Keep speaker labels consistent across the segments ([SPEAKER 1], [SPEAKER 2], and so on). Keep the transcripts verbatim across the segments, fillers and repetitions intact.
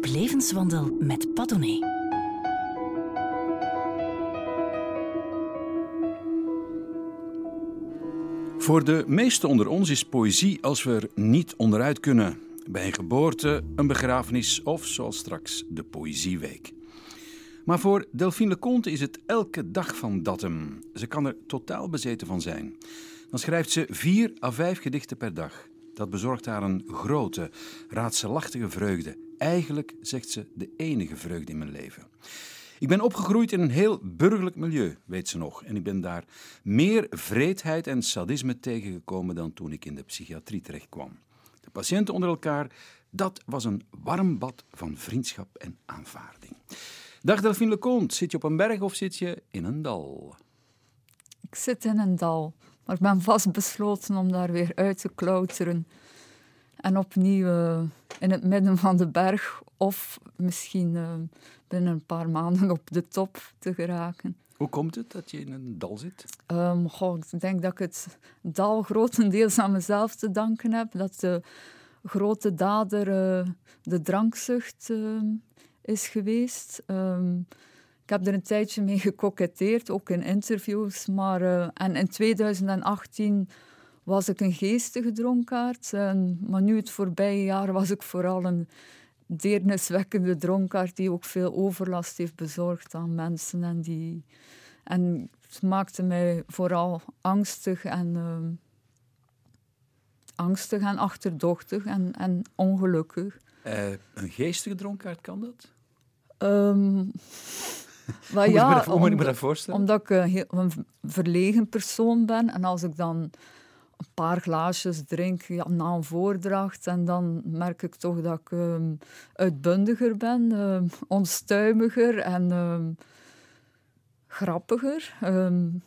[SPEAKER 1] op levenswandel met Padone.
[SPEAKER 2] Voor de meesten onder ons is poëzie als we er niet onderuit kunnen. Bij een geboorte, een begrafenis of, zoals straks, de Poëzieweek. Maar voor Delphine Leconte is het elke dag van datum. Ze kan er totaal bezeten van zijn. Dan schrijft ze vier à vijf gedichten per dag. Dat bezorgt haar een grote, raadselachtige vreugde. Eigenlijk, zegt ze, de enige vreugde in mijn leven. Ik ben opgegroeid in een heel burgerlijk milieu, weet ze nog. En ik ben daar meer vreedheid en sadisme tegengekomen dan toen ik in de psychiatrie terechtkwam. De patiënten onder elkaar, dat was een warm bad van vriendschap en aanvaarding. Dag Delphine Leconte, zit je op een berg of zit je in een dal?
[SPEAKER 3] Ik zit in een dal, maar ik ben vastbesloten om daar weer uit te klauteren. En opnieuw uh, in het midden van de berg of misschien uh, binnen een paar maanden op de top te geraken.
[SPEAKER 2] Hoe komt het dat je in een dal zit?
[SPEAKER 3] Um, goh, ik denk dat ik het dal grotendeels aan mezelf te danken heb. Dat de grote dader uh, de drankzucht uh, is geweest. Um, ik heb er een tijdje mee gekoketteerd, ook in interviews. Maar, uh, en in tweeduizend achttien was ik een geestige dronkaard. Um, maar nu het voorbije jaar was ik vooral een deerniswekkende dronkaard die ook veel overlast heeft bezorgd aan mensen. En, die, en het maakte mij vooral angstig en, uh, angstig en achterdochtig en, en ongelukkig.
[SPEAKER 2] Uh, een geestige dronkaard, kan dat?
[SPEAKER 3] Um,
[SPEAKER 2] Hoe
[SPEAKER 3] ja,
[SPEAKER 2] moet je me, om, me dat voorstellen?
[SPEAKER 3] Omdat ik een, heel, een verlegen persoon ben en als ik dan een paar glaasjes drink ja, na een voordracht en dan merk ik toch dat ik um, uitbundiger ben, um, onstuimiger en um, grappiger. Um,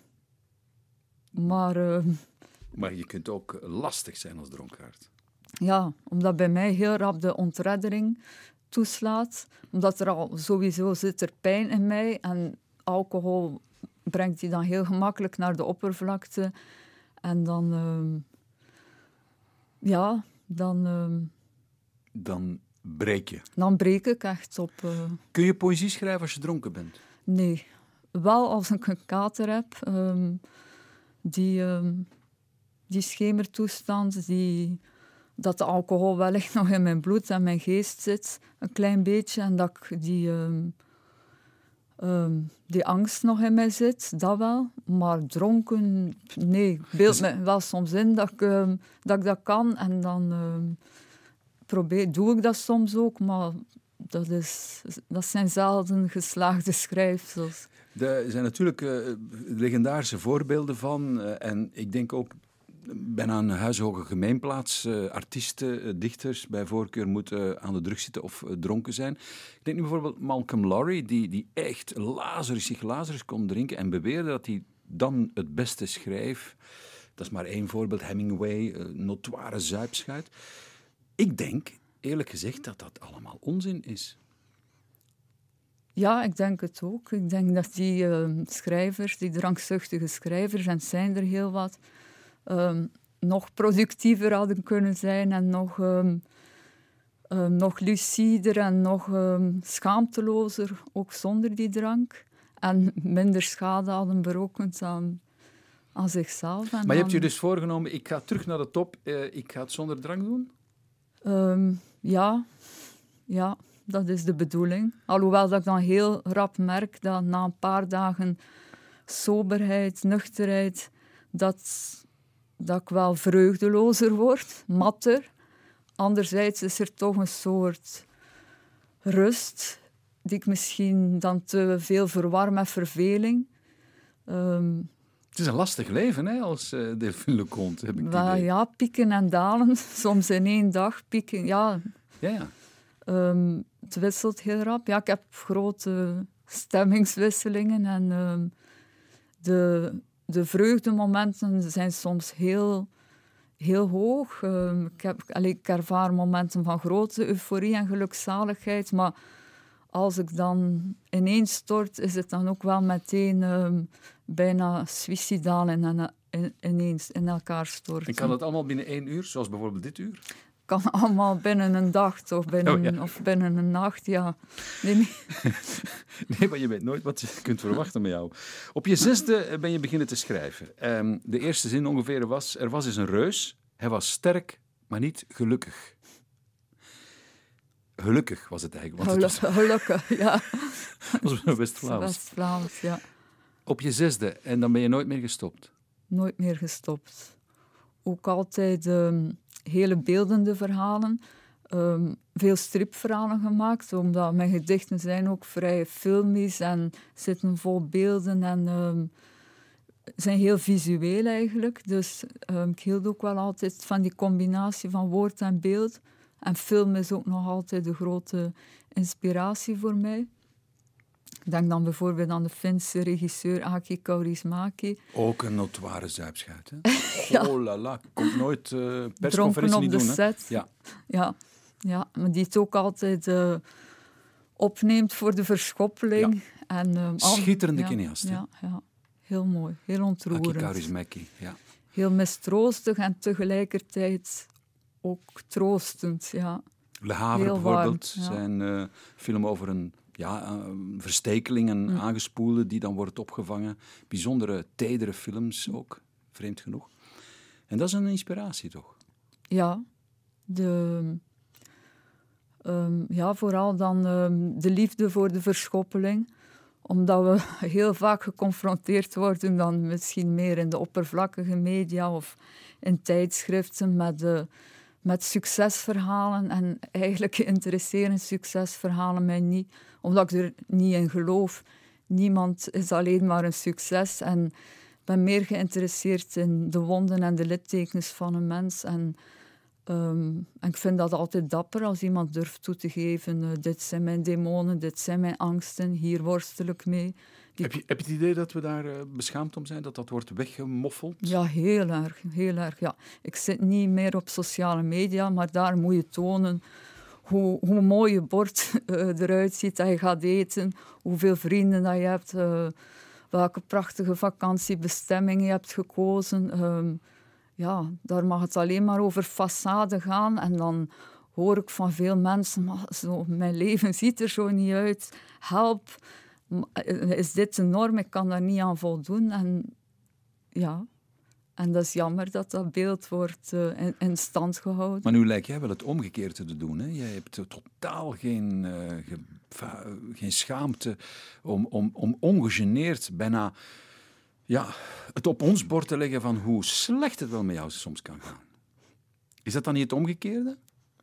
[SPEAKER 3] maar, um,
[SPEAKER 2] maar je kunt ook lastig zijn als dronkaard.
[SPEAKER 3] Ja, omdat bij mij heel rap de ontreddering toeslaat. Omdat er al sowieso zit er pijn in mij en alcohol brengt die dan heel gemakkelijk naar de oppervlakte. En dan, um, ja, dan... Um,
[SPEAKER 2] dan breek je.
[SPEAKER 3] Dan breek ik echt op... Uh,
[SPEAKER 2] Kun je poëzie schrijven als je dronken bent?
[SPEAKER 3] Nee. Wel als ik een kater heb. Um, die, um, die schemertoestand, die, dat de alcohol wellicht nog in mijn bloed en mijn geest zit. Een klein beetje. En dat ik die... Um, Um, die angst nog in mij zit, dat wel. Maar dronken, nee. Ik beeld me wel soms in dat ik, um, dat, ik dat kan. En dan um, probeer, doe ik dat soms ook. Maar dat, is, dat zijn zelden geslaagde schrijfsels.
[SPEAKER 2] Er zijn natuurlijk uh, legendarische voorbeelden van. Uh, en ik denk ook bijna een huishoge gemeenplaats. Uh, artiesten, uh, dichters bij voorkeur moeten uh, aan de drugs zitten of uh, dronken zijn. Ik denk nu bijvoorbeeld Malcolm Lowry, die, die echt Lazarus, zich Lazarus kon drinken en beweerde dat hij dan het beste schreef. Dat is maar één voorbeeld. Hemingway, uh, notoire zuipschuit. Ik denk, eerlijk gezegd, dat dat allemaal onzin is.
[SPEAKER 3] Ja, ik denk het ook. Ik denk dat die uh, schrijvers, die drankzuchtige schrijvers, en het zijn er heel wat, Um, nog productiever hadden kunnen zijn en nog, um, um, nog lucider en nog um, schaamtelozer, ook zonder die drank. En minder schade hadden berokkend aan, aan zichzelf. En
[SPEAKER 2] maar je hebt je
[SPEAKER 3] aan...
[SPEAKER 2] dus voorgenomen, ik ga terug naar de top, uh, ik ga het zonder drank doen?
[SPEAKER 3] Um, ja, ja, dat is de bedoeling. Alhoewel dat ik dan heel rap merk dat na een paar dagen soberheid, nuchterheid, dat... dat ik wel vreugdelozer word, matter. Anderzijds is er toch een soort rust die ik misschien dan te veel verwar met verveling. Um,
[SPEAKER 2] het is een lastig leven, hè, als uh, Delphine Leconte, heb ik het
[SPEAKER 3] wel,
[SPEAKER 2] idee.
[SPEAKER 3] Ja, pieken en dalen. Soms in één dag pieken, ja.
[SPEAKER 2] Ja, ja.
[SPEAKER 3] Um, het wisselt heel rap. Ja, ik heb grote stemmingswisselingen en um, de... De vreugdemomenten zijn soms heel, heel hoog. Uh, ik, heb, allee, ik ervaar momenten van grote euforie en gelukzaligheid, maar als ik dan ineens stort, is het dan ook wel meteen uh, bijna suïcidaal en in, in, ineens in elkaar storten.
[SPEAKER 2] En kan dat allemaal binnen één uur, zoals bijvoorbeeld dit uur?
[SPEAKER 3] kan allemaal binnen een dag of binnen,
[SPEAKER 2] Oh, ja.
[SPEAKER 3] of binnen een nacht. Ja. Nee, nee.
[SPEAKER 2] Nee, maar je weet nooit wat je kunt verwachten met jou. Op je zesde ben je beginnen te schrijven. Um, de eerste zin ongeveer was... Er was eens een reus, hij was sterk, maar niet gelukkig. Gelukkig was het eigenlijk. Want het was,
[SPEAKER 3] Gelukkig, ja.
[SPEAKER 2] was West-Vlaams.
[SPEAKER 3] West-Vlaams, ja.
[SPEAKER 2] Op je zesde, en dan ben je nooit meer gestopt.
[SPEAKER 3] Nooit meer gestopt. Ook altijd um, hele beeldende verhalen. Um, veel stripverhalen gemaakt, omdat mijn gedichten zijn ook vrij filmisch en zitten vol beelden en um, zijn heel visueel eigenlijk. Dus um, ik hield ook wel altijd van die combinatie van woord en beeld. En film is ook nog altijd de grote inspiratie voor mij. Ik denk dan bijvoorbeeld aan de Finse regisseur Aki Kaurismäki.
[SPEAKER 2] Ook een notoire zuipschuit, hè?
[SPEAKER 3] Ja.
[SPEAKER 2] Oh la la, komt nooit uh,
[SPEAKER 3] Dronken
[SPEAKER 2] persconferentie
[SPEAKER 3] op
[SPEAKER 2] niet
[SPEAKER 3] de
[SPEAKER 2] doen, hè?
[SPEAKER 3] set.
[SPEAKER 2] Ja.
[SPEAKER 3] Ja, ja, maar die het ook altijd uh, opneemt voor de verschoppeling.
[SPEAKER 2] Ja.
[SPEAKER 3] En, um, al,
[SPEAKER 2] Schitterende
[SPEAKER 3] ja,
[SPEAKER 2] cineast, hè?
[SPEAKER 3] Ja, ja, heel mooi, heel ontroerend.
[SPEAKER 2] Aki Kaurismäki, ja.
[SPEAKER 3] Heel mistroostig en tegelijkertijd ook troostend, ja.
[SPEAKER 2] Le Havre
[SPEAKER 3] Heel
[SPEAKER 2] bijvoorbeeld,
[SPEAKER 3] warm, ja.
[SPEAKER 2] zijn uh, film over een ja, uh, verstekeling, een
[SPEAKER 3] Mm.
[SPEAKER 2] aangespoelde die dan wordt opgevangen. Bijzondere, tedere films ook, vreemd genoeg. En dat is een inspiratie, toch?
[SPEAKER 3] Ja, de, um, ja vooral dan um, de liefde voor de verschoppeling. Omdat we heel vaak geconfronteerd worden, dan misschien meer in de oppervlakkige media of in tijdschriften, met, de, met succesverhalen. En eigenlijk interesseren succesverhalen mij niet, omdat ik er niet in geloof. Niemand is alleen maar een succes. En ik ben meer geïnteresseerd in de wonden en de littekens van een mens. En, um, en ik vind dat altijd dapper als iemand durft toe te geven. Uh, dit zijn mijn demonen, dit zijn mijn angsten, hier worstel ik mee. Die...
[SPEAKER 2] Heb je, heb je het idee dat we daar uh, beschaamd om zijn, dat dat wordt weggemoffeld?
[SPEAKER 3] Ja, heel erg. Heel erg ja. Ik zit niet meer op sociale media, maar daar moet je tonen hoe, hoe mooi je bord uh, eruit ziet dat je gaat eten, hoeveel vrienden dat je hebt, uh, welke prachtige vakantiebestemming je hebt gekozen. Um, ja, daar mag het alleen maar over façade gaan. En dan hoor ik van veel mensen, maar zo, mijn leven ziet er zo niet uit. Help, is dit de norm? Ik kan daar niet aan voldoen. En ja, en dat is jammer dat dat beeld wordt uh, in, in stand gehouden.
[SPEAKER 2] Maar nu lijkt jij wel het omgekeerde te doen, hè? Jij hebt totaal geen, uh, ge, va, geen schaamte om, om, om ongegeneerd bijna ja, het op ons bord te leggen van hoe slecht het wel met jou soms kan gaan. Is dat dan niet het omgekeerde?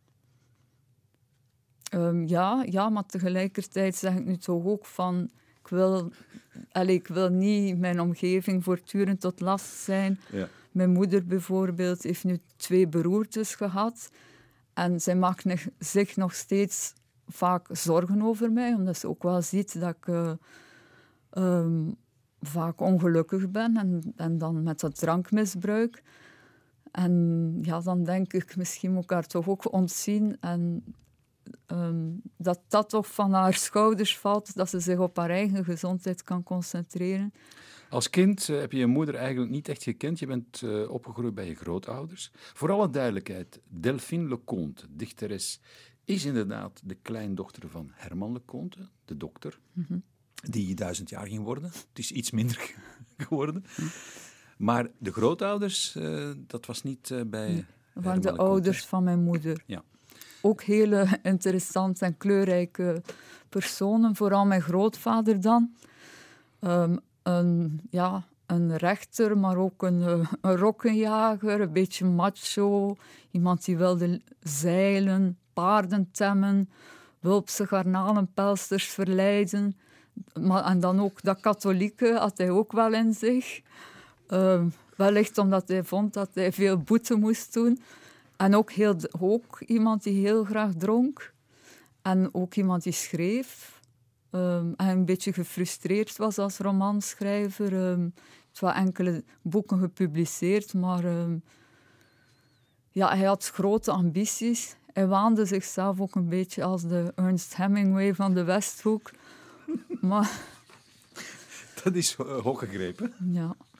[SPEAKER 3] Um, ja, ja, maar tegelijkertijd zeg ik nu toch ook van... Ik wil, allez, ik wil niet mijn omgeving voortdurend tot last zijn.
[SPEAKER 2] Ja.
[SPEAKER 3] Mijn moeder bijvoorbeeld heeft nu twee beroertes gehad. En zij maakt zich nog steeds vaak zorgen over mij. Omdat ze ook wel ziet dat ik uh, um, vaak ongelukkig ben. En, en dan met dat drankmisbruik. En ja, dan denk ik, misschien moet ik haar toch ook ontzien. En um, dat dat toch van haar schouders valt. Dat ze zich op haar eigen gezondheid kan concentreren.
[SPEAKER 2] Als kind uh, heb je je moeder eigenlijk niet echt gekend. Je bent uh, opgegroeid bij je grootouders. Voor alle duidelijkheid, Delphine Leconte, dichteres, is inderdaad de kleindochter van Herman Leconte, de dokter, mm-hmm. die duizend jaar ging worden. Het is iets minder geworden. Mm. Maar de grootouders, uh, dat was niet uh, bij nee,
[SPEAKER 3] dat waren de Leconte. Ouders van mijn moeder.
[SPEAKER 2] Ja.
[SPEAKER 3] Ook hele interessante en kleurrijke personen. Vooral mijn grootvader dan. Um, een, ja, een rechter, maar ook een, een rokkenjager. Een beetje macho. Iemand die wilde zeilen, paarden temmen. Wulpse garnalenpelsters verleiden. Maar, en dan ook dat katholieke had hij ook wel in zich. Um, wellicht omdat hij vond dat hij veel boete moest doen. En ook, heel, ook iemand die heel graag dronk. En ook iemand die schreef. Um, en een beetje gefrustreerd was als romanschrijver. Um, het waren enkele boeken gepubliceerd, maar um, ja, hij had grote ambities. Hij waande zichzelf ook een beetje als de Ernest Hemingway van de Westhoek. Maar...
[SPEAKER 2] Dat is uh, hoog gegrepen.
[SPEAKER 3] Ja.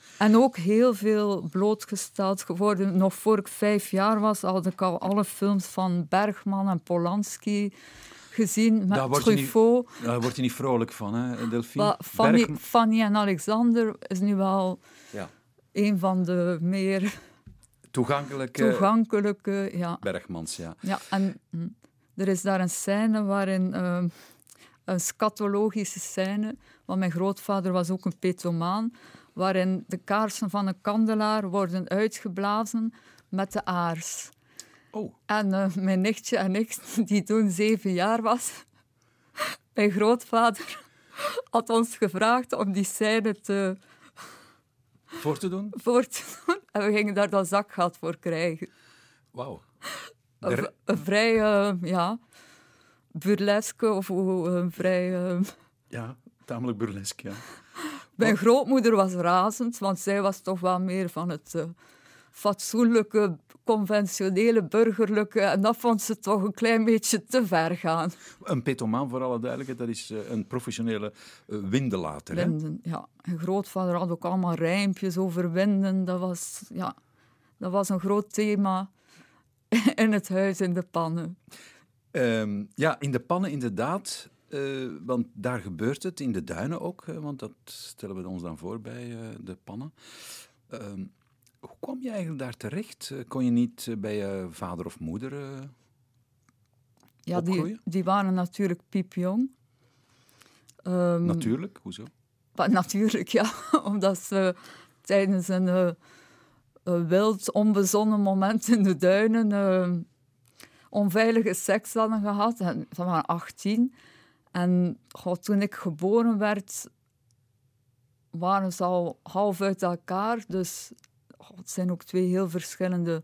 [SPEAKER 3] En ook heel veel blootgesteld geworden. Nog voor ik vijf jaar was, had ik al alle films van Bergman en Polanski gezien. Met Truffaut.
[SPEAKER 2] Niet, daar word je niet vrolijk van, hè, Delphine?
[SPEAKER 3] Fanny, Berg... Fanny en Alexander is nu wel
[SPEAKER 2] ja.
[SPEAKER 3] een van de meer...
[SPEAKER 2] Toegankelijke...
[SPEAKER 3] Toegankelijke, ja.
[SPEAKER 2] Bergmans, ja.
[SPEAKER 3] Ja, en hm, er is daar een scène waarin... Uh, een scatologische scène, want mijn grootvader was ook een petomaan, waarin de kaarsen van een kandelaar worden uitgeblazen met de aars.
[SPEAKER 2] Oh.
[SPEAKER 3] En uh, mijn nichtje en ik, die toen zeven jaar was, mijn grootvader had ons gevraagd om die scène te...
[SPEAKER 2] Voor te doen?
[SPEAKER 3] Voor te doen. En we gingen daar dan zakgeld voor krijgen.
[SPEAKER 2] Wauw.
[SPEAKER 3] Een, v- een vrij, uh, ja... burleske of een vrij... Uh...
[SPEAKER 2] Ja, tamelijk burlesk, ja.
[SPEAKER 3] Mijn
[SPEAKER 2] Wat?
[SPEAKER 3] grootmoeder was razend, want zij was toch wel meer van het uh, fatsoenlijke, conventionele, burgerlijke. En dat vond ze toch een klein beetje te ver gaan.
[SPEAKER 2] Een petomaan, voor alle duidelijkheid, dat is uh, een professionele uh, windelater.
[SPEAKER 3] Winden, hè? Ja. Mijn grootvader had ook allemaal rijmpjes over winden. Dat was, ja, dat was een groot thema in het huis, in de pannen.
[SPEAKER 2] Um, ja, in de pannen inderdaad, uh, want daar gebeurt het, in de duinen ook, uh, want dat stellen we ons dan voor bij uh, de pannen. Um, hoe kwam je eigenlijk daar terecht? Uh, kon je niet uh, bij je vader of moeder uh,
[SPEAKER 3] ja,
[SPEAKER 2] opgroeien?
[SPEAKER 3] Die, die waren natuurlijk piepjong. Um,
[SPEAKER 2] natuurlijk, hoezo?
[SPEAKER 3] Maar natuurlijk, ja, omdat ze tijdens een, uh, een wild, onbezonnen moment in de duinen... Uh, onveilige seks hadden gehad. En ze waren achttien. En god, toen ik geboren werd, waren ze al half uit elkaar. Dus god, het zijn ook twee heel verschillende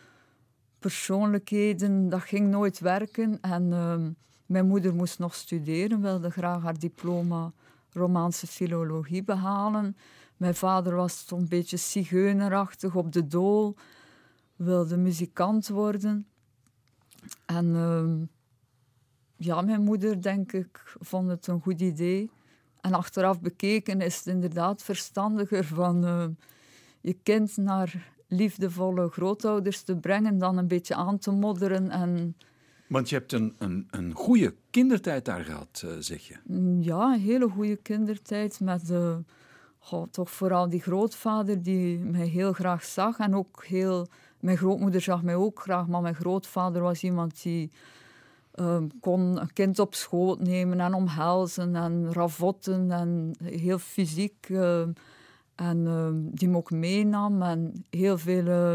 [SPEAKER 3] persoonlijkheden. Dat ging nooit werken. En uh, mijn moeder moest nog studeren, wilde graag haar diploma Romaanse filologie behalen. Mijn vader was zo'n beetje zigeunerachtig op de dool, wilde muzikant worden. En uh, ja, mijn moeder, denk ik, vond het een goed idee. En achteraf bekeken is het inderdaad verstandiger van uh, je kind naar liefdevolle grootouders te brengen dan een beetje aan te modderen. En...
[SPEAKER 2] Want je hebt een, een, een goede kindertijd daar gehad, uh, zeg je?
[SPEAKER 3] Ja, een hele goede kindertijd met uh, oh, toch vooral die grootvader die mij heel graag zag en ook heel... Mijn grootmoeder zag mij ook graag, maar mijn grootvader was iemand die uh, kon een kind op schoot nemen en omhelzen en ravotten en heel fysiek. Uh, en uh, die me ook meenam en heel veel uh,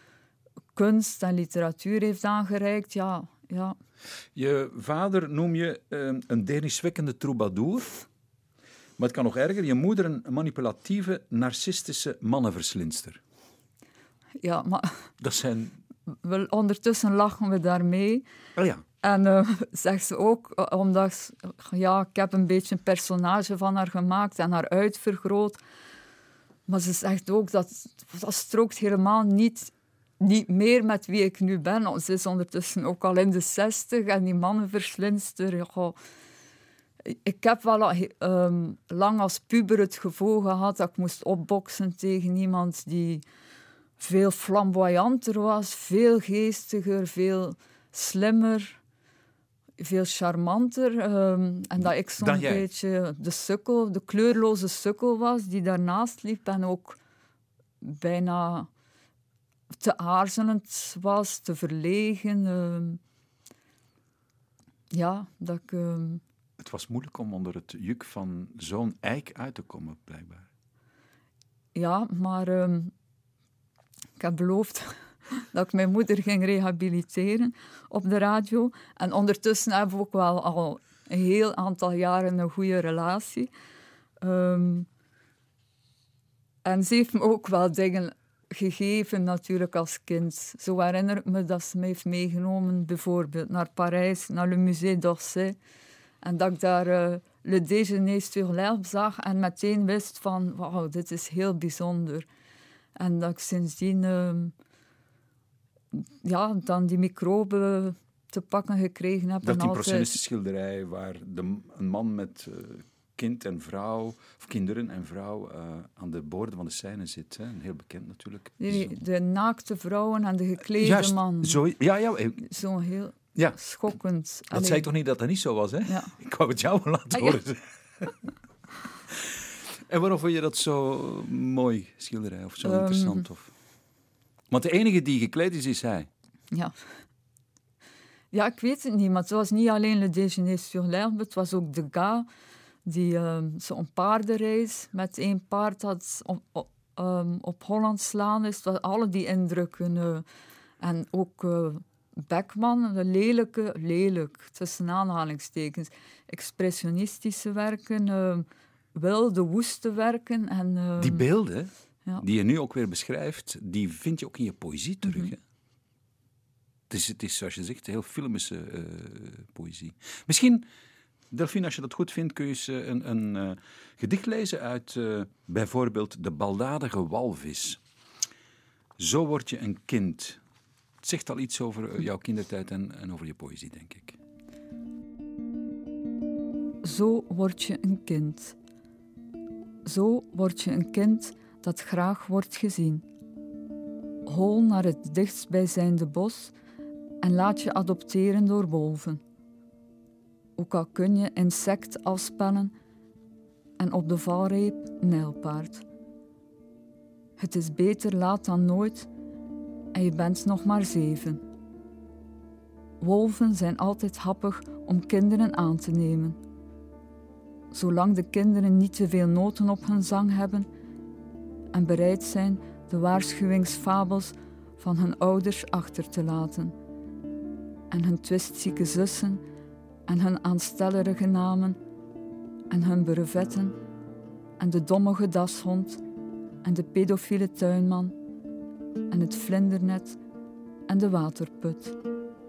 [SPEAKER 3] kunst en literatuur heeft aangereikt. Ja, ja.
[SPEAKER 2] Je vader noem je uh, een deriswekkende troubadour. Maar het kan nog erger. Je moeder een manipulatieve, narcistische mannenverslinster.
[SPEAKER 3] Ja, maar...
[SPEAKER 2] Dat zijn...
[SPEAKER 3] We, ondertussen lachen we daarmee.
[SPEAKER 2] Oh ja.
[SPEAKER 3] En uh, zegt ze ook, omdat... Ja, ik heb een beetje een personage van haar gemaakt en haar uitvergroot. Maar ze zegt ook dat... Dat strookt helemaal niet, niet meer met wie ik nu ben. Ze is ondertussen ook al in de zestig en die mannenverslinster... Ja, ik heb wel um, lang als puber het gevoel gehad dat ik moest opboksen tegen iemand die... veel flamboyanter was, veel geestiger, veel slimmer, veel charmanter. Um, en dat ik zo'n beetje de sukkel, de kleurloze sukkel was die daarnaast liep en ook bijna te aarzelend was, te verlegen. Um, ja, dat ik... Um...
[SPEAKER 2] Het was moeilijk om onder het juk van zo'n eik uit te komen, blijkbaar.
[SPEAKER 3] Ja, maar... Um, Ik heb beloofd dat ik mijn moeder ging rehabiliteren op de radio. En ondertussen hebben we ook wel al een heel aantal jaren een goede relatie. Um, en ze heeft me ook wel dingen gegeven natuurlijk als kind. Zo herinner ik me dat ze me heeft meegenomen bijvoorbeeld naar Parijs, naar le Musée d'Orsay. En dat ik daar uh, Le Déjeuner sur l'herbe zag en meteen wist van, wauw, dit is heel bijzonder. En dat ik sindsdien uh, ja, dan die microben te pakken gekregen heb.
[SPEAKER 2] Dat
[SPEAKER 3] en
[SPEAKER 2] die
[SPEAKER 3] altijd...
[SPEAKER 2] impressionistische schilderij waar de, een man met uh, kind en vrouw, of kinderen en vrouw, uh, aan de boorden van de scène zit. Hè? Heel bekend natuurlijk.
[SPEAKER 3] Nee, de naakte vrouwen en de geklede
[SPEAKER 2] Juist,
[SPEAKER 3] man.
[SPEAKER 2] Zo, ja, ja.
[SPEAKER 3] Zo heel
[SPEAKER 2] ja.
[SPEAKER 3] schokkend.
[SPEAKER 4] Dat Allee. zei ik toch niet dat dat niet zo was, hè?
[SPEAKER 3] Ja.
[SPEAKER 4] Ik wou het jou wel laten
[SPEAKER 3] ah,
[SPEAKER 4] horen.
[SPEAKER 3] Ja.
[SPEAKER 2] En waarom vond je dat zo mooi, schilderij, of zo
[SPEAKER 3] um,
[SPEAKER 2] interessant? Of... Want de enige die gekleed is, is hij.
[SPEAKER 3] Ja. Ja, ik weet het niet, maar het was niet alleen Le Déjeuner sur l'herbe, het was ook Degas, die um, zo'n paardenreis met één paard had op, op, um, op Holland slaan. Dus het was alle die indrukken. Uh, en ook uh, Beckman, de lelijke, lelijk, tussen aanhalingstekens, expressionistische werken, uh, wilde, woeste werken. En, uh,
[SPEAKER 2] die beelden,
[SPEAKER 3] ja.
[SPEAKER 2] die je nu ook weer beschrijft, die vind je ook in je poëzie terug,
[SPEAKER 3] Mm-hmm.
[SPEAKER 2] hè? Het is, het is, zoals je zegt, heel filmische uh, poëzie. Misschien, Delphine, als je dat goed vindt, kun je eens uh, een, een uh, gedicht lezen uit uh, bijvoorbeeld De baldadige walvis. Zo word je een kind. Het zegt al iets over uh, jouw kindertijd en, en over je poëzie, denk ik.
[SPEAKER 3] Zo word je een kind. Zo word je een kind dat graag wordt gezien. Hol naar het dichtstbijzijnde bos en laat je adopteren door wolven. Ook al kun je insect afspellen en op de valreep nijlpaard. Het is beter laat dan nooit en je bent nog maar zeven. Wolven zijn altijd happig om kinderen aan te nemen. Zolang de kinderen niet te veel noten op hun zang hebben en bereid zijn de waarschuwingsfabels van hun ouders achter te laten en hun twistzieke zussen en hun aanstellerige namen en hun brevetten en de dommige dashond en de pedofiele tuinman en het vlindernet en de waterput.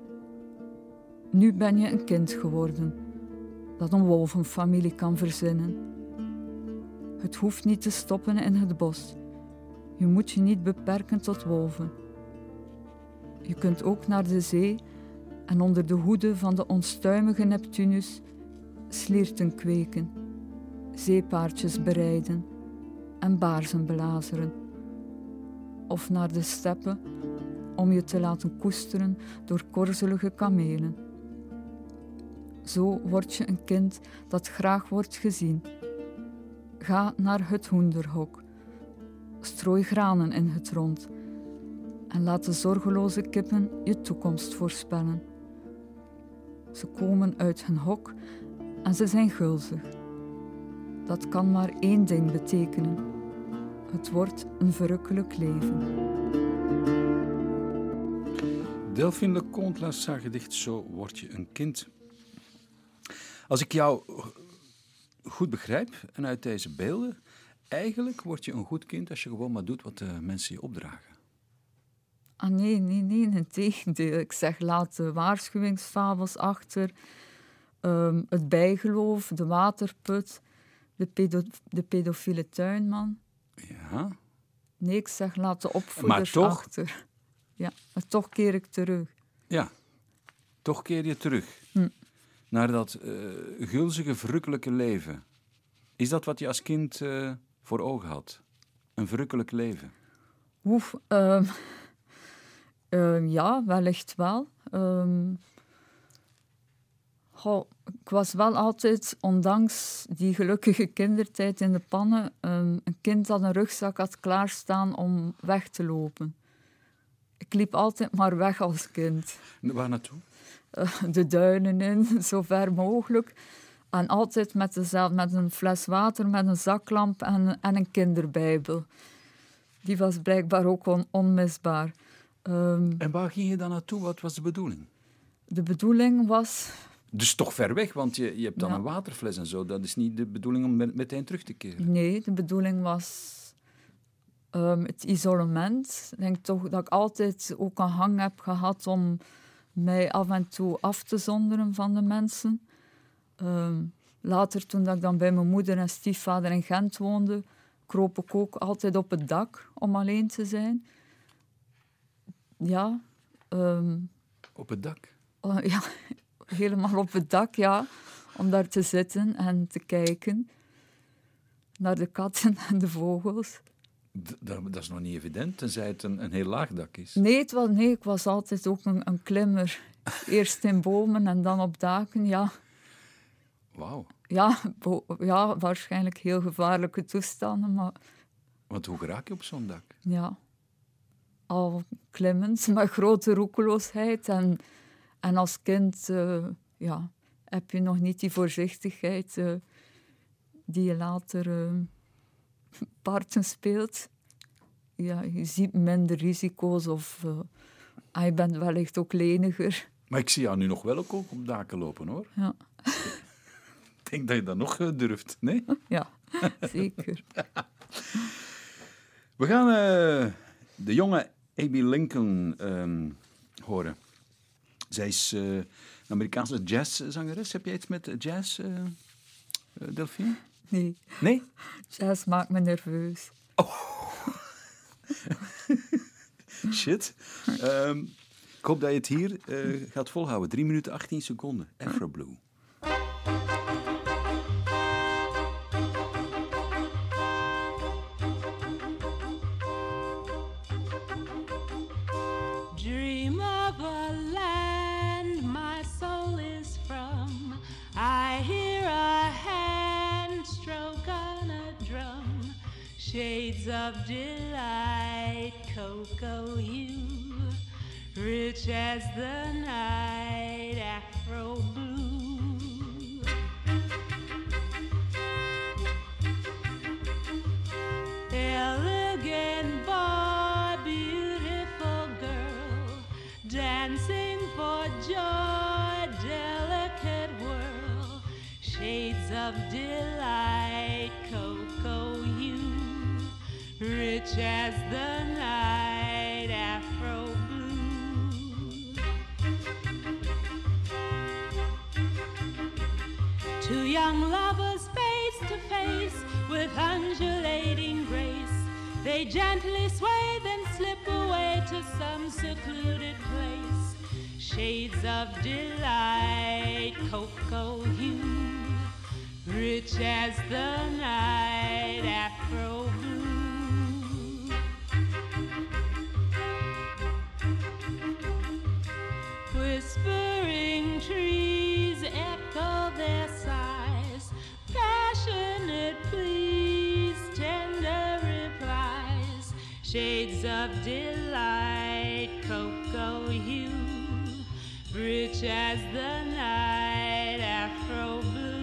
[SPEAKER 3] Nu ben je een kind geworden dat een wolvenfamilie kan verzinnen. Het hoeft niet te stoppen in het bos. Je moet je niet beperken tot wolven. Je kunt ook naar de zee en onder de hoede van de onstuimige Neptunus slierten kweken, zeepaardjes bereiden en baarzen belazeren. Of naar de steppen om je te laten koesteren door korzelige kamelen. Zo word je een kind dat graag wordt gezien. Ga naar het hoenderhok. Strooi granen in het rond en laat de zorgeloze kippen je toekomst voorspellen. Ze komen uit hun hok en ze zijn gulzig. Dat kan maar één ding betekenen. Het wordt een verrukkelijk leven.
[SPEAKER 2] Delphine Leconte las haar gedicht Zo word je een kind. Als ik jou goed begrijp en uit deze beelden, eigenlijk word je een goed kind als je gewoon maar doet wat de mensen je opdragen.
[SPEAKER 3] Ah nee, nee, nee, integendeel. Ik zeg, laat de waarschuwingsfabels achter, um, het bijgeloof, de waterput, de, pedo- de pedofiele tuinman.
[SPEAKER 2] Ja.
[SPEAKER 3] Nee, ik zeg, laat de opvoeders
[SPEAKER 2] maar toch,
[SPEAKER 3] achter. Ja, maar toch keer ik terug.
[SPEAKER 2] Ja, toch keer je terug.
[SPEAKER 3] Hm.
[SPEAKER 2] Naar dat uh, gulzige, verrukkelijke leven. Is dat wat je als kind uh, voor ogen had? Een verrukkelijk leven?
[SPEAKER 3] Oef, um, um, ja, wellicht wel. Um, goh, ik was wel altijd, ondanks die gelukkige kindertijd in de pannen, um, een kind dat een rugzak had klaarstaan om weg te lopen. Ik liep altijd maar weg als kind.
[SPEAKER 2] Waar naartoe?
[SPEAKER 3] Uh, de duinen in, zo ver mogelijk. En altijd met, dezelfde, met een fles water, met een zaklamp en, en een kinderbijbel. Die was blijkbaar ook on, onmisbaar. Um,
[SPEAKER 2] en waar ging je dan naartoe? Wat was de bedoeling?
[SPEAKER 3] De bedoeling was...
[SPEAKER 2] Dus toch ver weg, want je, je hebt dan
[SPEAKER 3] ja.
[SPEAKER 2] een waterfles en zo. Dat is niet de bedoeling om met, meteen terug te keren.
[SPEAKER 3] Nee, de bedoeling was um, het isolement. Ik denk toch dat ik altijd ook een hang heb gehad om mij af en toe af te zonderen van de mensen. Um, later, toen dat ik dan bij mijn moeder en stiefvader in Gent woonde, kroop ik ook altijd op het dak om alleen te zijn. Ja. Um,
[SPEAKER 2] op het dak?
[SPEAKER 3] Uh, ja, helemaal op het dak, ja. Om daar te zitten en te kijken. naar de katten en de vogels.
[SPEAKER 2] D- dat, dat is nog niet evident, tenzij het een, een heel laag dak is.
[SPEAKER 3] Nee, het was, nee, ik was altijd ook een, een klimmer. Eerst in bomen en dan op daken, ja.
[SPEAKER 2] Wauw.
[SPEAKER 3] Ja, bo- ja, waarschijnlijk heel gevaarlijke toestanden, maar
[SPEAKER 2] Want hoe raak je op zo'n dak?
[SPEAKER 3] ja. Al klimmend, met grote roekeloosheid. En, en als kind uh, ja, heb je nog niet die voorzichtigheid uh, die je later uh, parten speelt. Ja, je ziet minder risico's of uh, ah, je bent wellicht ook leniger.
[SPEAKER 2] Maar ik zie jou nu nog wel ook op daken lopen, hoor.
[SPEAKER 3] Ja.
[SPEAKER 2] Ik denk dat je dat nog uh, durft, nee?
[SPEAKER 3] Ja, zeker.
[SPEAKER 2] We gaan uh, de jonge Abbey Lincoln um, horen. Zij is uh, een Amerikaanse jazzzangeres. Heb jij iets met jazz, uh, uh, Delphine?
[SPEAKER 3] Nee.
[SPEAKER 2] Nee?
[SPEAKER 3] Jazz maakt me nerveus.
[SPEAKER 2] Shit. Um, ik hoop dat je het hier uh, gaat volhouden. drie minuten achttien seconden. Afro Blue.
[SPEAKER 5] Dream of a land my soul is from. I hear a hand stroke on a drum. Shades of delight, cocoa hue, rich as the night, Afro blue. Elegant boy, beautiful girl, dancing for joy, delicate whirl, shades of delight, cocoa hue, rich as the night, Afro blue. Two young lovers face to face with undulating grace. They gently sway, then slip away to some secluded place. Shades of delight, cocoa hue, rich as the night, Afro blue. Whispering trees echo their sighs, passionate pleas, tender replies, shades of delight, cocoa hue, rich as the night, Afro blue.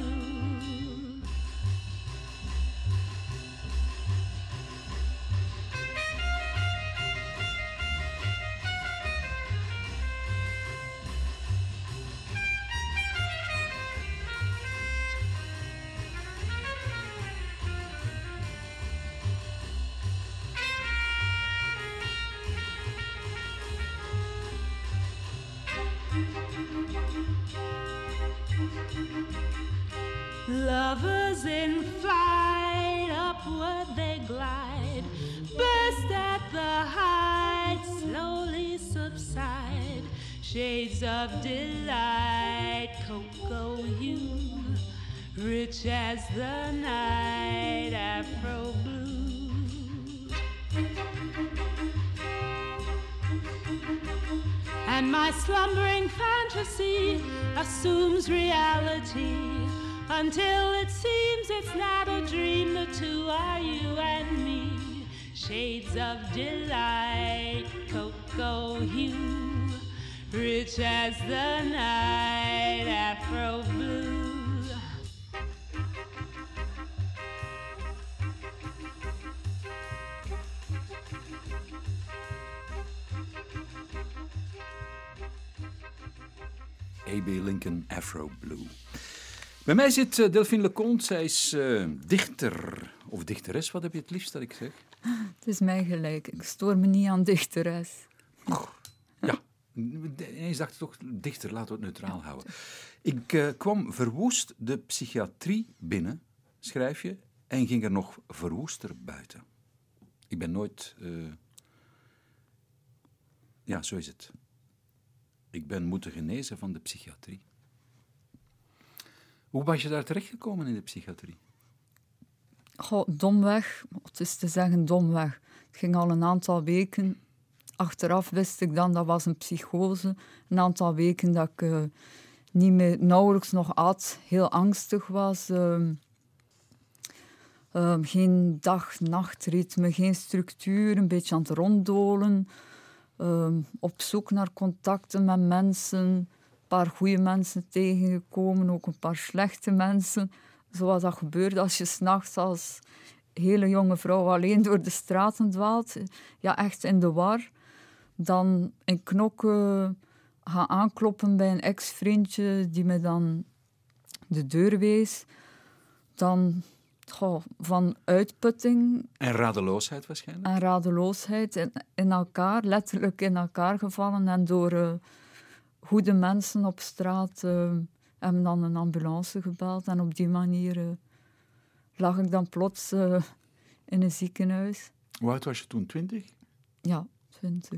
[SPEAKER 5] Lovers in flight, upward they glide, burst at the height, slowly subside, shades of delight, cocoa hue, rich as the night, Afro blue. And my slumbering fantasy assumes reality, until it seems it's not a dream, the two are you and me. Shades of delight, cocoa hue, rich as the night, Afro blue.
[SPEAKER 2] Abbey Lincoln, Afro Blue. Bij mij zit uh, Delphine Leconte. Zij is uh, dichter of dichteres. Wat heb je het liefst dat ik zeg?
[SPEAKER 3] Het is mij gelijk. Ik stoor me niet aan dichteres.
[SPEAKER 2] Ja, ineens dacht ik toch dichter. Laten we het neutraal houden. Ik uh, kwam verwoest de psychiatrie binnen, schrijf je, en ging er nog verwoester buiten. Ik ben nooit... Uh... Ja, zo is het. Ik ben moeten genezen van de psychiatrie. Hoe was je daar terechtgekomen in de psychiatrie?
[SPEAKER 3] Goh, domweg, het is te zeggen domweg. Het ging al een aantal weken. Achteraf wist ik dan, dat was een psychose. Een aantal weken dat ik uh, niet meer, nauwelijks nog at, heel angstig was. Uh, uh, geen dag-nachtritme, geen structuur, een beetje aan het ronddolen. Uh, op zoek naar contacten met mensen. Een paar goede mensen tegengekomen, ook een paar slechte mensen. Zoals dat gebeurt als je 's nachts als hele jonge vrouw alleen door de straten dwaalt. Ja, echt in de war. Dan in knokken gaan aankloppen bij een ex-vriendje die me dan de deur wees. Dan goh, van uitputting.
[SPEAKER 2] En radeloosheid waarschijnlijk?
[SPEAKER 3] En radeloosheid in, in elkaar, letterlijk in elkaar gevallen. En door uh, goede mensen op straat uh, hebben dan een ambulance gebeld. En op die manier uh, lag ik dan plots uh, in een ziekenhuis.
[SPEAKER 2] Hoe oud was je toen? Twintig?
[SPEAKER 3] Ja, twintig.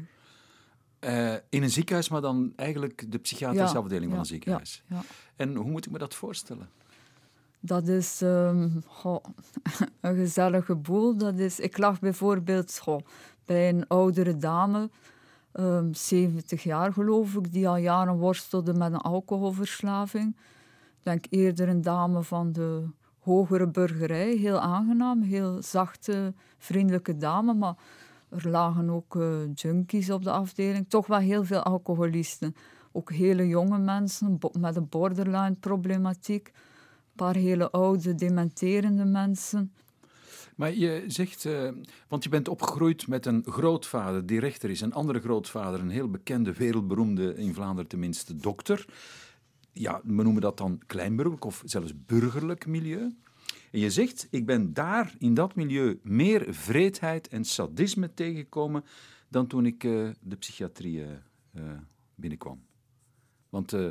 [SPEAKER 2] Uh, in een ziekenhuis, maar dan eigenlijk de psychiatrische
[SPEAKER 3] ja,
[SPEAKER 2] afdeling
[SPEAKER 3] ja,
[SPEAKER 2] van een ziekenhuis.
[SPEAKER 3] Ja, ja.
[SPEAKER 2] En hoe moet ik me dat voorstellen?
[SPEAKER 3] Dat is um, goh, een gezellige boel. Dat is, ik lag bijvoorbeeld goh, bij een oudere dame, um, zeventig jaar geloof ik, die al jaren worstelde met een alcoholverslaving. Ik denk eerder een dame van de hogere burgerij. Heel aangenaam, heel zachte, vriendelijke dame, maar er lagen ook uh, junkies op de afdeling. Toch wel heel veel alcoholisten. Ook hele jonge mensen bo- met een borderline-problematiek. Een paar hele oude, dementerende mensen.
[SPEAKER 2] Maar je zegt, uh, want je bent opgegroeid met een grootvader die rechter is. Een andere grootvader, een heel bekende, wereldberoemde, in Vlaanderen tenminste, dokter. Ja, we noemen dat dan kleinburgerlijk of zelfs burgerlijk milieu. En je zegt, ik ben daar in dat milieu meer vreedheid en sadisme tegengekomen dan toen ik uh, de psychiatrie uh, uh, binnenkwam. Want uh,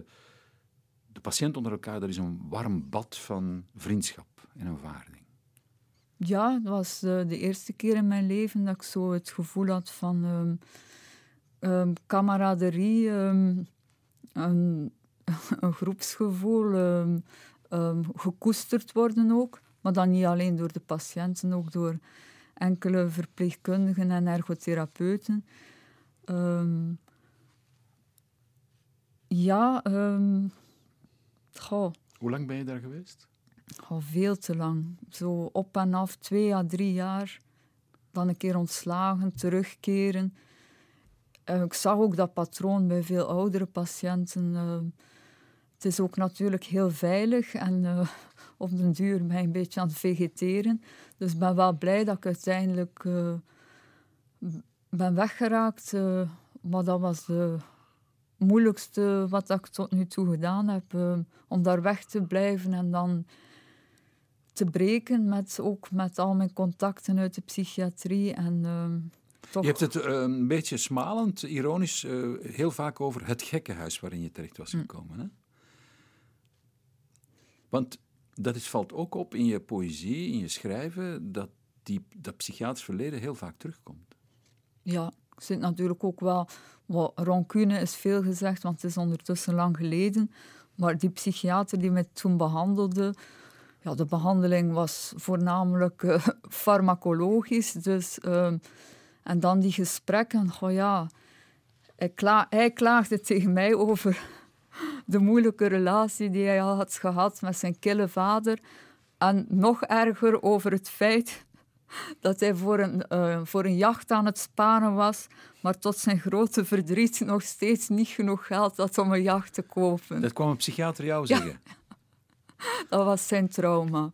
[SPEAKER 2] de patiënt onder elkaar, dat is een warm bad van vriendschap en aanvaarding.
[SPEAKER 3] Ja, dat was uh, de eerste keer in mijn leven dat ik zo het gevoel had van um, um, kameraderie, um, een, een groepsgevoel, um, um, gekoesterd worden ook. Maar dan niet alleen door de patiënten, ook door enkele verpleegkundigen en ergotherapeuten. Um, ja, um, goh.
[SPEAKER 2] Hoe lang ben je daar geweest?
[SPEAKER 3] Oh, veel te lang. Zo op en af, twee à drie jaar. Dan een keer ontslagen, terugkeren. Uh, ik zag ook dat patroon bij veel oudere patiënten. Uh, het is ook natuurlijk heel veilig en uh, op den duur ben ik een beetje aan het vegeteren. Dus ik ben wel blij dat ik uiteindelijk uh, ben weggeraakt. Uh, maar dat was de moeilijkste wat ik tot nu toe gedaan heb. Uh, om daar weg te blijven en dan te breken, met, ook met al mijn contacten uit de psychiatrie. En, uh, toch...
[SPEAKER 2] Je hebt het uh, een beetje smalend, ironisch, uh, heel vaak over het gekkenhuis waarin je terecht was gekomen. Mm. Hè? Want dat is, valt ook op in je poëzie, in je schrijven, dat die, dat psychiatrisch verleden heel vaak terugkomt.
[SPEAKER 3] Ja, ik zit natuurlijk ook wel... Well, rancune is veel gezegd, want het is ondertussen lang geleden. Maar die psychiater die mij toen behandelde... Ja, de behandeling was voornamelijk uh, farmacologisch. Dus, uh, en dan die gesprekken. Oh ja, hij, kla- hij klaagde tegen mij over de moeilijke relatie die hij al had gehad met zijn kille vader. En nog erger over het feit dat hij voor een, uh, voor een jacht aan het sparen was, maar tot zijn grote verdriet nog steeds niet genoeg geld had om een jacht te kopen.
[SPEAKER 2] Dat kwam een psychiater jou zeggen?
[SPEAKER 3] Ja. Dat was zijn trauma.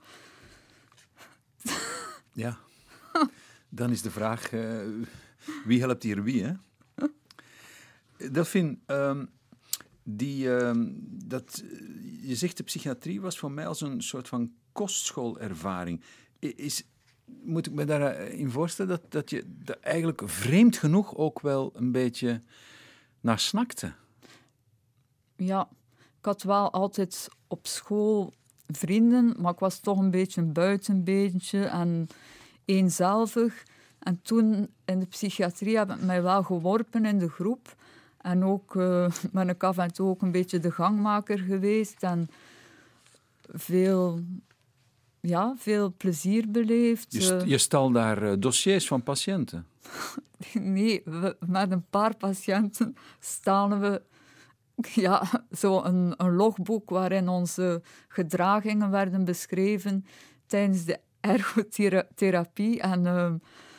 [SPEAKER 2] Ja. Dan is de vraag, uh, wie helpt hier wie, hè? Delphine, um, die, um, dat, je zegt de psychiatrie was voor mij als een soort van kostschoollervaring. Is, moet ik me daarin voorstellen dat, dat je dat eigenlijk vreemd genoeg ook wel een beetje naar snakte?
[SPEAKER 3] Ja, ik had wel altijd op school vrienden, maar ik was toch een beetje een buitenbeentje en eenzelvig. En toen in de psychiatrie heb ik mij wel geworpen in de groep. En ook uh, ben ik af en toe ook een beetje de gangmaker geweest. En veel ja, veel plezier beleefd.
[SPEAKER 2] Je, st- je stal daar uh, dossiers van patiënten?
[SPEAKER 3] Nee, we, met een paar patiënten stalen we ja, zo een, een logboek waarin onze gedragingen werden beschreven tijdens de ergotherapie. En uh,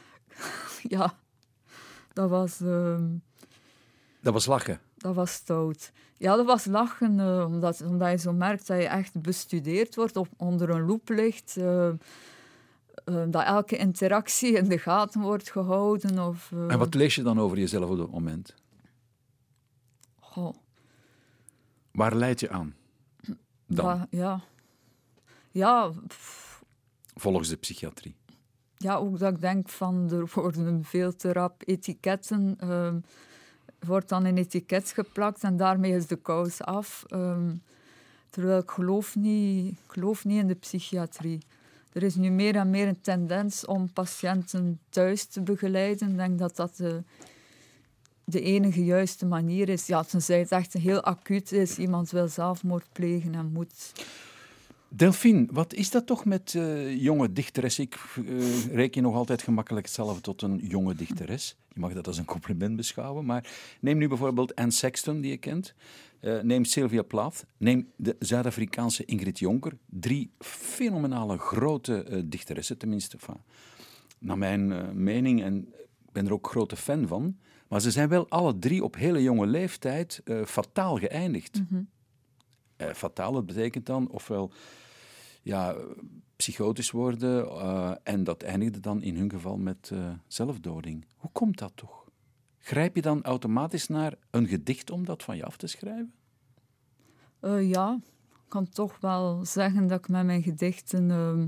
[SPEAKER 3] ja, dat was... Uh,
[SPEAKER 2] dat was lachen?
[SPEAKER 3] Dat was stout. Ja, dat was lachen, uh, omdat, omdat je zo merkt dat je echt bestudeerd wordt, of onder een loep ligt. Uh, uh, dat elke interactie in de gaten wordt gehouden. Of, uh...
[SPEAKER 2] En wat lees je dan over jezelf op dat moment?
[SPEAKER 3] Goh.
[SPEAKER 2] Waar leid je aan? Dan?
[SPEAKER 3] Ja, ja. ja pff.
[SPEAKER 2] Volgens de psychiatrie.
[SPEAKER 3] Ja, ook dat ik denk van, er worden veel te rap etiketten... Uh, wordt dan een etiket geplakt en daarmee is de kous af. Um, terwijl ik geloof niet, ik geloof niet in de psychiatrie. Er is nu meer en meer een tendens om patiënten thuis te begeleiden. Ik denk dat dat de, de enige juiste manier is. Ja, tenzij het echt heel acuut is, iemand wil zelfmoord plegen en moet...
[SPEAKER 2] Delphine, wat is dat toch met uh, jonge dichteres? Ik uh, reken je nog altijd gemakkelijk zelf tot een jonge dichteres. Je mag dat als een compliment beschouwen. Maar neem nu bijvoorbeeld Anne Sexton, die je kent. Uh, neem Sylvia Plath. Neem de Zuid-Afrikaanse Ingrid Jonker. Drie fenomenale grote uh, dichteressen, tenminste. Van, naar mijn uh, mening, en ik ben er ook grote fan van. Maar ze zijn wel alle drie op hele jonge leeftijd uh, fataal geëindigd.
[SPEAKER 3] Mm-hmm.
[SPEAKER 2] Uh, fataal, dat betekent dan ofwel... ja, psychotisch worden uh, en dat eindigde dan in hun geval met uh, zelfdoding. Hoe komt dat toch? Grijp je dan automatisch naar een gedicht om dat van je af te schrijven?
[SPEAKER 3] Uh, ja, ik kan toch wel zeggen dat ik met mijn gedichten uh,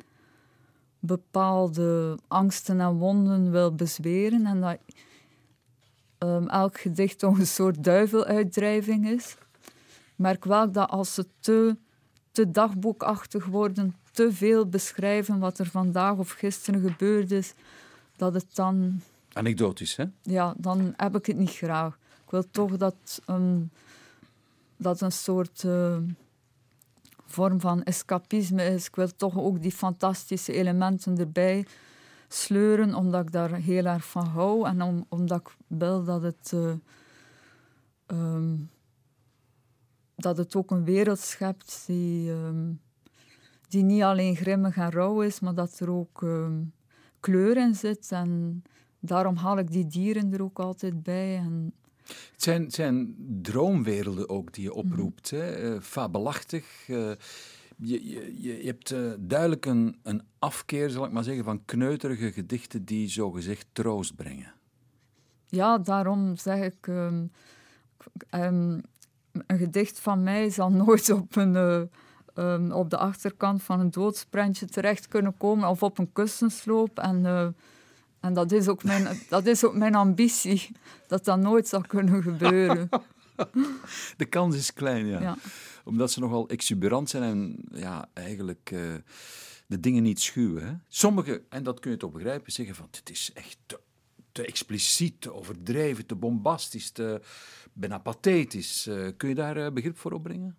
[SPEAKER 3] bepaalde angsten en wonden wil bezweren en dat uh, elk gedicht toch een soort duiveluitdrijving is. Ik merk wel dat als ze te... te dagboekachtig worden, te veel beschrijven wat er vandaag of gisteren gebeurd is, dat het dan...
[SPEAKER 2] Anekdotisch, hè?
[SPEAKER 3] Ja, dan heb ik het niet graag. Ik wil toch dat um, dat een soort uh, vorm van escapisme is. Ik wil toch ook die fantastische elementen erbij sleuren, omdat ik daar heel erg van hou en om, omdat ik wil dat het... Uh, um, dat het ook een wereld schept die, um, die niet alleen grimmig en rauw is, maar dat er ook um, kleur in zit. En daarom haal ik die dieren er ook altijd bij. En...
[SPEAKER 2] Het zijn, het zijn droomwerelden ook die je oproept, mm. hè? Uh, fabelachtig. Uh, je, je, je hebt uh, duidelijk een, een afkeer, zal ik maar zeggen, van kneuterige gedichten die zogezegd troost brengen.
[SPEAKER 3] Ja, daarom zeg ik... Um, um, Een gedicht van mij zal nooit op, een, uh, um, op de achterkant van een doodsprentje terecht kunnen komen of op een kussensloop. En, uh, en dat, is ook mijn, dat is ook mijn ambitie, dat dat nooit zal kunnen gebeuren.
[SPEAKER 2] De kans is klein, ja.
[SPEAKER 3] ja.
[SPEAKER 2] Omdat ze nogal exuberant zijn en ja, eigenlijk uh, de dingen niet schuwen. Hè? Sommigen, en dat kun je toch begrijpen, zeggen van het is echt te, te expliciet, te overdreven, te bombastisch, te... bijna pathetisch. Uh, kun je daar uh, begrip voor opbrengen?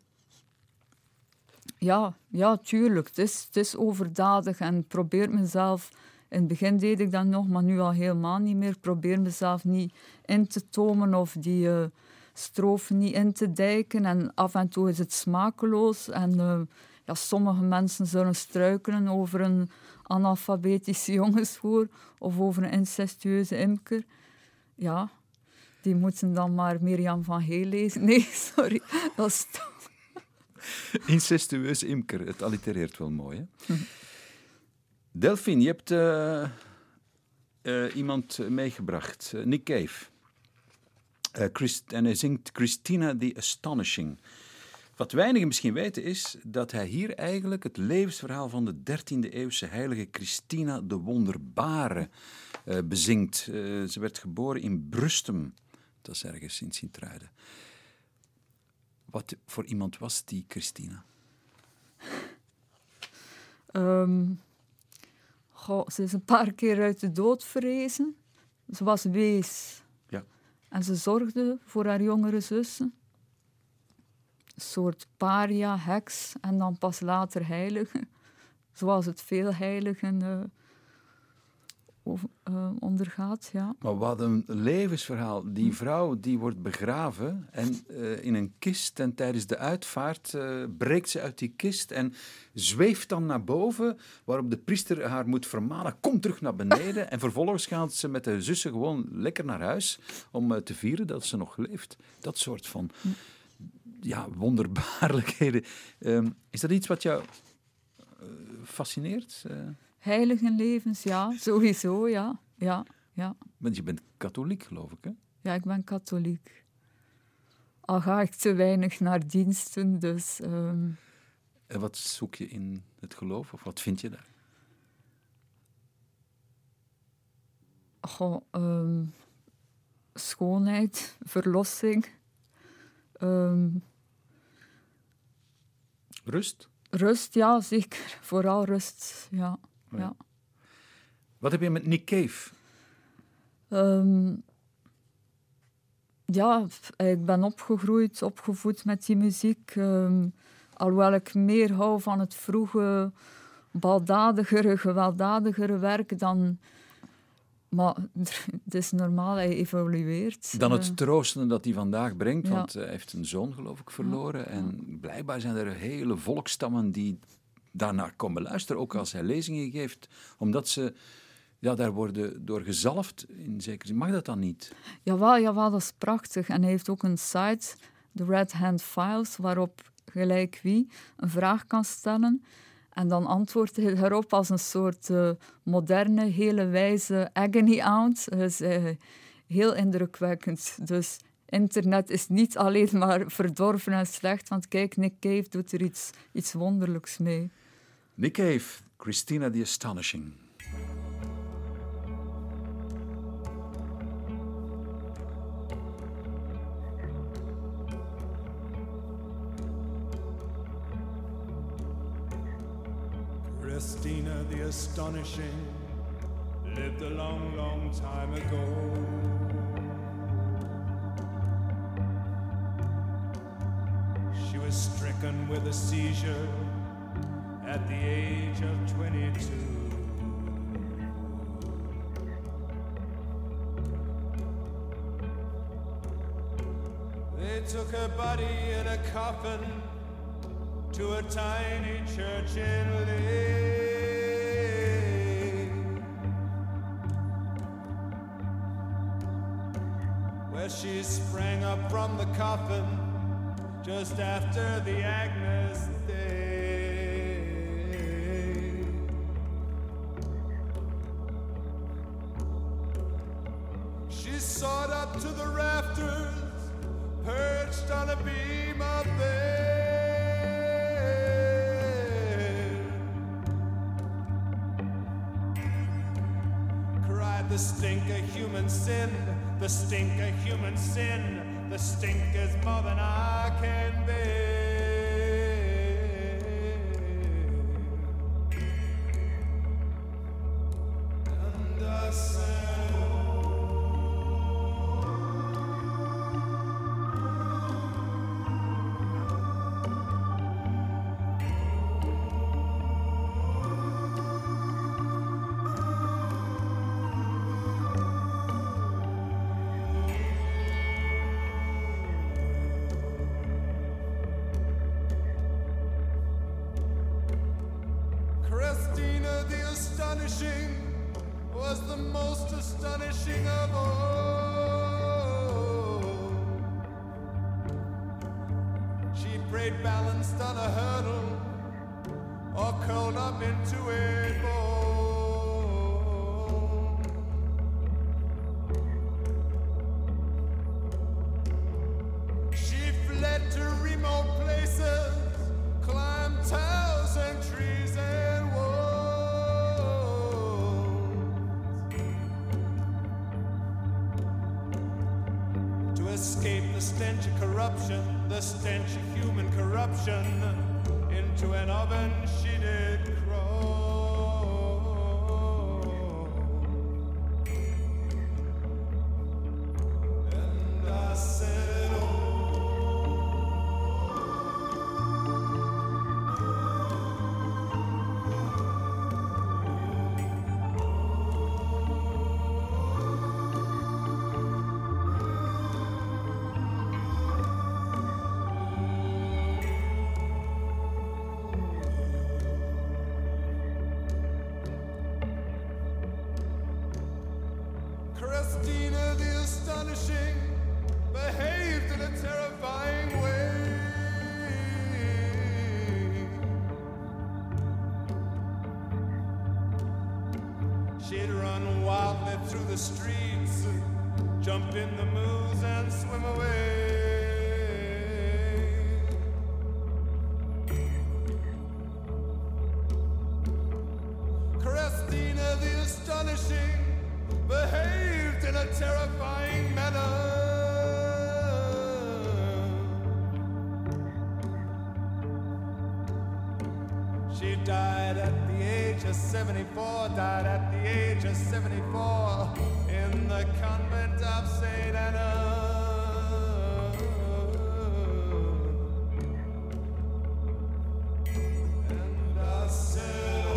[SPEAKER 3] Ja, ja, tuurlijk. Het is, het is overdadig en ik probeer mezelf... In het begin deed ik dat nog, maar nu al helemaal niet meer. Ik probeer mezelf niet in te tomen of die uh, strofen niet in te dijken. En af en toe is het smakeloos. En uh, ja, sommige mensen zullen struikelen over een analfabetische jongensvoer of over een incestueuze imker. Ja... Die moeten dan maar Mirjam van Heel lezen. Nee, sorry. Dat is toch...
[SPEAKER 2] Incestueus imker. Het allitereert wel mooi, hè? Hm. Delphine, je hebt uh, uh, iemand meegebracht. Uh, Nick Cave. Uh, Christ- en hij zingt Christina the Astonishing. Wat weinigen misschien weten is dat hij hier eigenlijk het levensverhaal van de dertiende-eeuwse heilige Christina de Wonderbare uh, bezingt. Uh, ze werd geboren in Brustem. Dat is ergens in Sint-Truiden. Wat voor iemand was die Christina?
[SPEAKER 3] Um, goh, ze is een paar keer uit de dood verrezen. Ze was wees.
[SPEAKER 2] Ja.
[SPEAKER 3] En ze zorgde voor haar jongere zussen. Een soort paria, heks en dan pas later heilige. zoals het veel heiligen uh, over, uh, ondergaat. Ja.
[SPEAKER 2] Maar wat een levensverhaal. Die vrouw die wordt begraven en, uh, in een kist en tijdens de uitvaart uh, breekt ze uit die kist en zweeft dan naar boven, waarop de priester haar moet vermanen, kom terug naar beneden. En vervolgens gaat ze met de zussen gewoon lekker naar huis om uh, te vieren dat ze nog leeft. Dat soort van ja, wonderbaarlijkheden. Uh, is dat iets wat jou uh, fascineert? Uh?
[SPEAKER 3] Heiligenlevens, ja, sowieso, ja. ja, ja.
[SPEAKER 2] Want je bent katholiek, geloof ik, hè?
[SPEAKER 3] Ja, ik ben katholiek. Al ga ik te weinig naar diensten, dus... Um...
[SPEAKER 2] En wat zoek je in het geloof, of wat vind je daar?
[SPEAKER 3] Goh, um... schoonheid, verlossing. Um...
[SPEAKER 2] Rust?
[SPEAKER 3] Rust, ja, zeker. Vooral rust, ja.
[SPEAKER 2] Oh ja.
[SPEAKER 3] ja.
[SPEAKER 2] Wat heb je met Nick Cave?
[SPEAKER 3] Um, ja, ik ben opgegroeid, opgevoed met die muziek. Um, alhoewel ik meer hou van het vroege, baldadigere, gewelddadigere werk dan... Maar het is normaal, hij evolueert.
[SPEAKER 2] Dan het troostende dat hij vandaag brengt,
[SPEAKER 3] ja.
[SPEAKER 2] want hij heeft een zoon, geloof ik, verloren. Ja. En blijkbaar zijn er hele volkstammen die daarnaar komen luisteren, ook als hij lezingen geeft, omdat ze ja, daar worden door gezalfd, in zekere zin. Mag dat dan niet?
[SPEAKER 3] Jawel, jawel, dat is prachtig. En hij heeft ook een site, de Red Hand Files, waarop gelijk wie een vraag kan stellen. En dan antwoordt hij daarop als een soort uh, moderne, hele wijze agony aunt. Dat is uh, heel indrukwekkend. Dus internet is niet alleen maar verdorven en slecht, want kijk, Nick Cave doet er iets, iets wonderlijks mee.
[SPEAKER 2] Nick Cave, Christina the Astonishing.
[SPEAKER 6] Christina the Astonishing lived a long, long time ago. She was stricken with a seizure at the age of twenty-two. They took her body in a coffin to a tiny church in Leigh, where she sprang up from the coffin just after the Agnus Day. She soared up to the rafters, perched on a beam up there, the stink of human sin, the stink of human sin, the stink is more than I can bear. And I said, was the most astonishing of all. She prayed balanced on a hurdle or curled up into a ball. She fled to remote places, climbed towers and trees and walls, escape the stench of corruption, the stench of human corruption. Into an oven she did crawl. And I said, oh, Christina the astonishing behaved in a terrifying way. She'd run wildly through the streets, jump in the moose and swim away. Christina the astonishing behaved in a terrifying manner. She died at the age of seventy-four, died at the age of seventy-four in the convent of Saint Anna. And I said,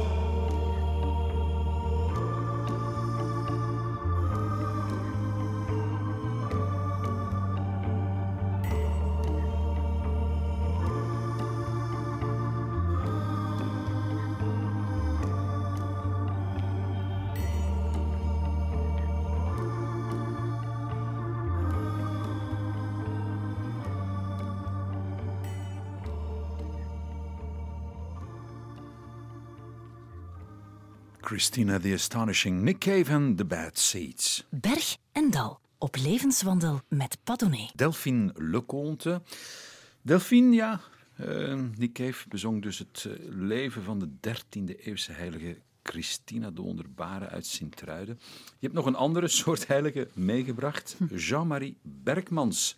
[SPEAKER 2] Christina the Astonishing, Nick Cave en The Bad Seeds.
[SPEAKER 1] Berg en dal op levenswandel met Padone.
[SPEAKER 2] Delphine Leconte. Delphine, ja, uh, Nick Cave bezong dus het uh, leven van de dertiende-eeuwse heilige Christina de Wonderbare uit Sint-Truiden. Je hebt nog een andere soort heilige meegebracht, Jean-Marie Berkmans.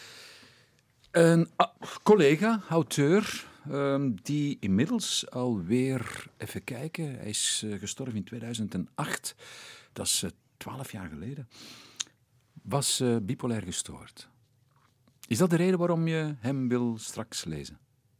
[SPEAKER 2] Een uh, collega, auteur, um, die inmiddels alweer, even kijken, hij is uh, gestorven in tweeduizend acht, dat is twaalf uh, jaar geleden, was uh, bipolair gestoord. Is dat de reden waarom je hem wil straks lezen?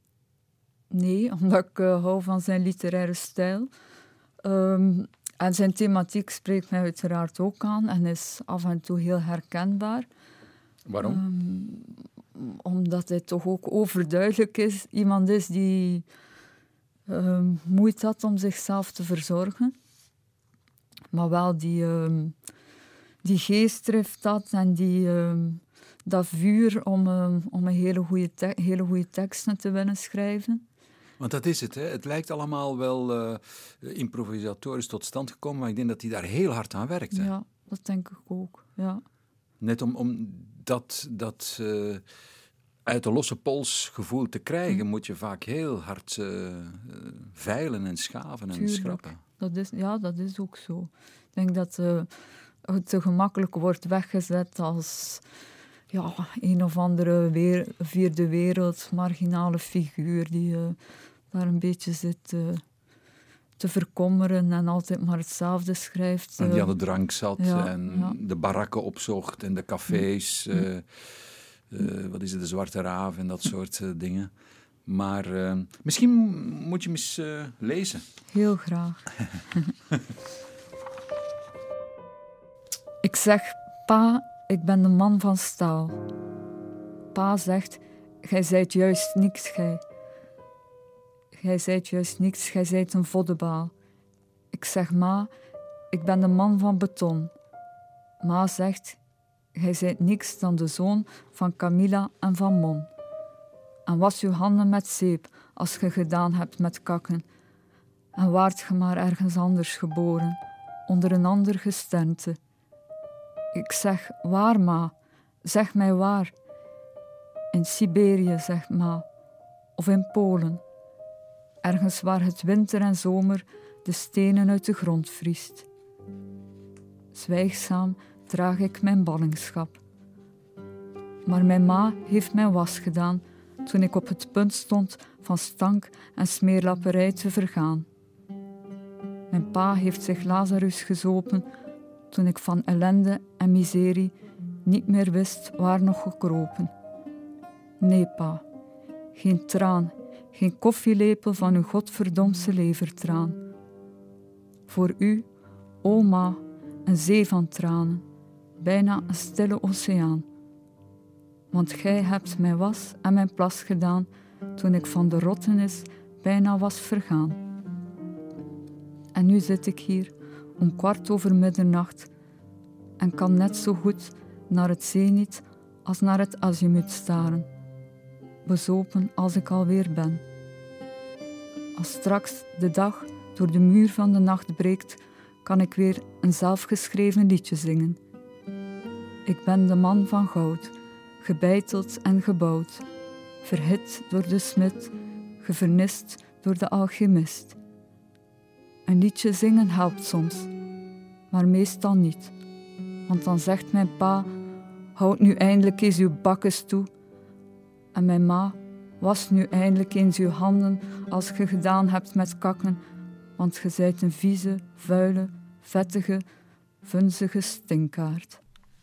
[SPEAKER 3] Nee, omdat ik uh, hou van zijn literaire stijl. Um, en zijn thematiek spreekt mij uiteraard ook aan en is af en toe heel herkenbaar.
[SPEAKER 2] Waarom?
[SPEAKER 3] Um, omdat hij toch ook overduidelijk is. Iemand is die um, moeite had om zichzelf te verzorgen. Maar wel die, um, die geestdrift had en die, um, dat vuur om, um, om een hele goede, te- hele goede teksten te willen schrijven.
[SPEAKER 2] Want dat is het, hè. Het lijkt allemaal wel uh, improvisatorisch tot stand gekomen, maar ik denk dat hij daar heel hard aan werkte.
[SPEAKER 3] Ja, dat denk ik ook, ja.
[SPEAKER 2] Net om, om dat, dat uh, uit de losse pols gevoel te krijgen, mm. moet je vaak heel hard uh, veilen en schaven en
[SPEAKER 3] Tuurlijk.
[SPEAKER 2] schrappen.
[SPEAKER 3] Dat is, ja, dat is ook zo. Ik denk dat uh, het te gemakkelijk wordt weggezet als ja, een of andere weer, vierde wereld, marginale figuur die uh, daar een beetje zit uh, te verkommeren en altijd maar hetzelfde schrijft.
[SPEAKER 2] En die
[SPEAKER 3] uh,
[SPEAKER 2] aan de drank zat
[SPEAKER 3] ja,
[SPEAKER 2] en
[SPEAKER 3] ja.
[SPEAKER 2] de barakken opzocht en de cafés, mm. uh, uh, wat is het, de Zwarte Raaf en dat soort uh, dingen. Maar uh, misschien moet je hem eens uh, lezen.
[SPEAKER 3] Heel graag. Ik zeg, pa, ik ben de man van staal. Pa zegt, gij zijt juist niks, gij. Gij zijt juist niks, gij zijt een voddebaal. Ik zeg, ma, ik ben de man van beton. Ma zegt, gij zijt niks dan de zoon van Camilla en van Mon. En was uw handen met zeep als ge gedaan hebt met kakken. En waart ge maar ergens anders geboren, onder een ander gesternte. Ik zeg, waar, ma? Zeg mij waar. In Siberië, zegt ma. Of in Polen. Ergens waar het winter en zomer de stenen uit de grond vriest. Zwijgzaam draag ik mijn ballingschap. Maar mijn ma heeft mijn was gedaan toen ik op het punt stond van stank en smeerlapperij te vergaan. Mijn pa heeft zich Lazarus gezopen toen ik van ellende en miserie niet meer wist waar nog gekropen. Nee, pa, geen traan, geen koffielepel van uw godverdomse levertraan. Voor u, o ma, een zee van tranen, bijna een stille oceaan. Want gij hebt mijn was en mijn plas gedaan toen ik van de rottenis bijna was vergaan. En nu zit ik hier om kwart over middernacht en kan net zo goed naar het zenith als naar het azimuut staren. Bezopen als ik alweer ben. Als straks de dag door de muur van de nacht breekt, kan ik weer een zelfgeschreven liedje zingen. Ik ben de man van goud, gebeiteld en gebouwd, verhit door de smid, gevernist door de alchemist. Een liedje zingen helpt soms, maar meestal niet, want dan zegt mijn pa: houd nu eindelijk eens uw bakkes toe. En mijn ma: was nu eindelijk eens uw handen als je gedaan hebt met kakken, want je zijt een vieze, vuile, vettige, vunzige stinkaart.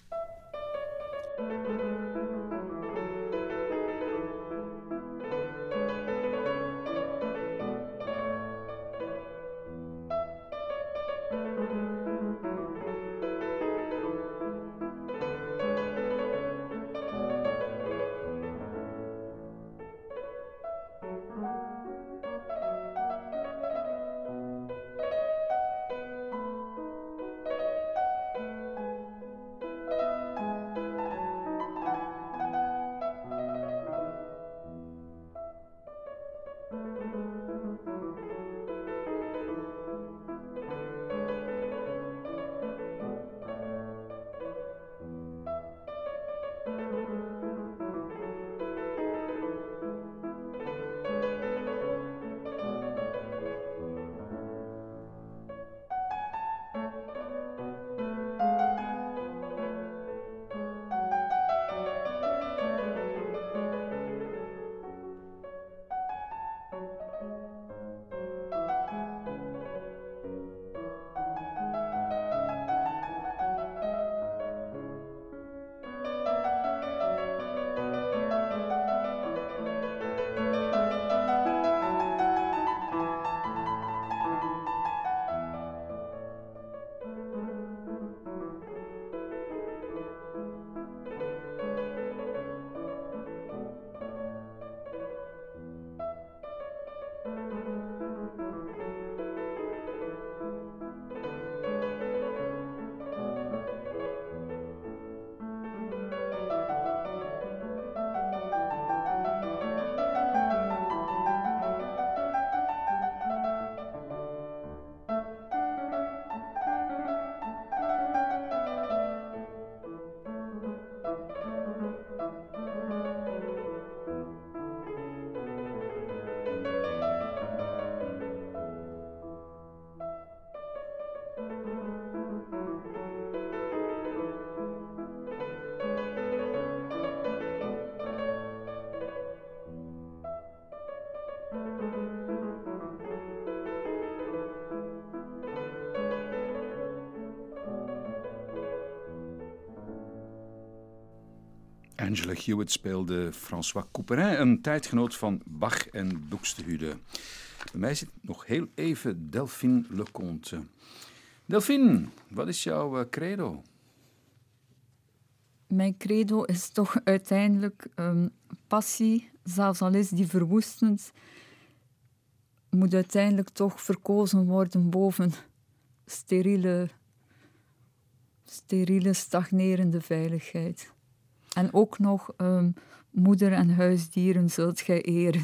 [SPEAKER 2] Angela Hewitt speelde François Couperin, een tijdgenoot van Bach en Buxtehude. Bij mij zit nog heel even Delphine Leconte. Delphine, wat is jouw uh, credo?
[SPEAKER 3] Mijn credo is toch uiteindelijk um, passie, zelfs al is die verwoestend, moet uiteindelijk toch verkozen worden boven steriele, steriele stagnerende veiligheid. En ook nog um, moeder en huisdieren zult gij eren.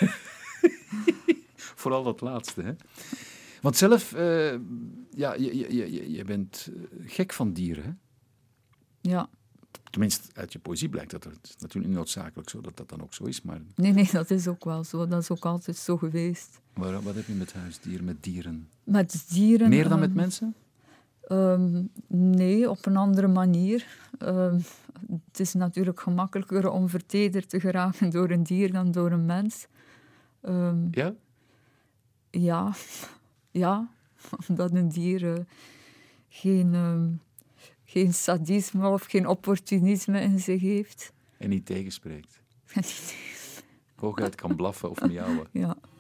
[SPEAKER 2] Vooral dat laatste, hè? Want zelf, uh, ja, je, je, je, je bent gek van dieren, hè?
[SPEAKER 3] Ja.
[SPEAKER 2] Tenminste, uit je poëzie blijkt dat. Het is natuurlijk niet noodzakelijk zo dat dat dan ook zo is, maar...
[SPEAKER 3] Nee, nee, dat is ook wel zo. Dat is ook altijd zo geweest.
[SPEAKER 2] Maar wat heb je met huisdieren, met dieren?
[SPEAKER 3] Met dieren...
[SPEAKER 2] Meer dan um,
[SPEAKER 3] um,
[SPEAKER 2] met mensen?
[SPEAKER 3] Um, nee, op een andere manier. Um, het is natuurlijk gemakkelijker om vertederd te geraken door een dier dan door een mens. Um,
[SPEAKER 2] ja?
[SPEAKER 3] Ja. Ja, omdat een dier uh, geen... Um, geen sadisme of geen opportunisme in zich heeft.
[SPEAKER 2] En niet tegenspreekt. Hooguit kan blaffen of miauwen.
[SPEAKER 3] Ja.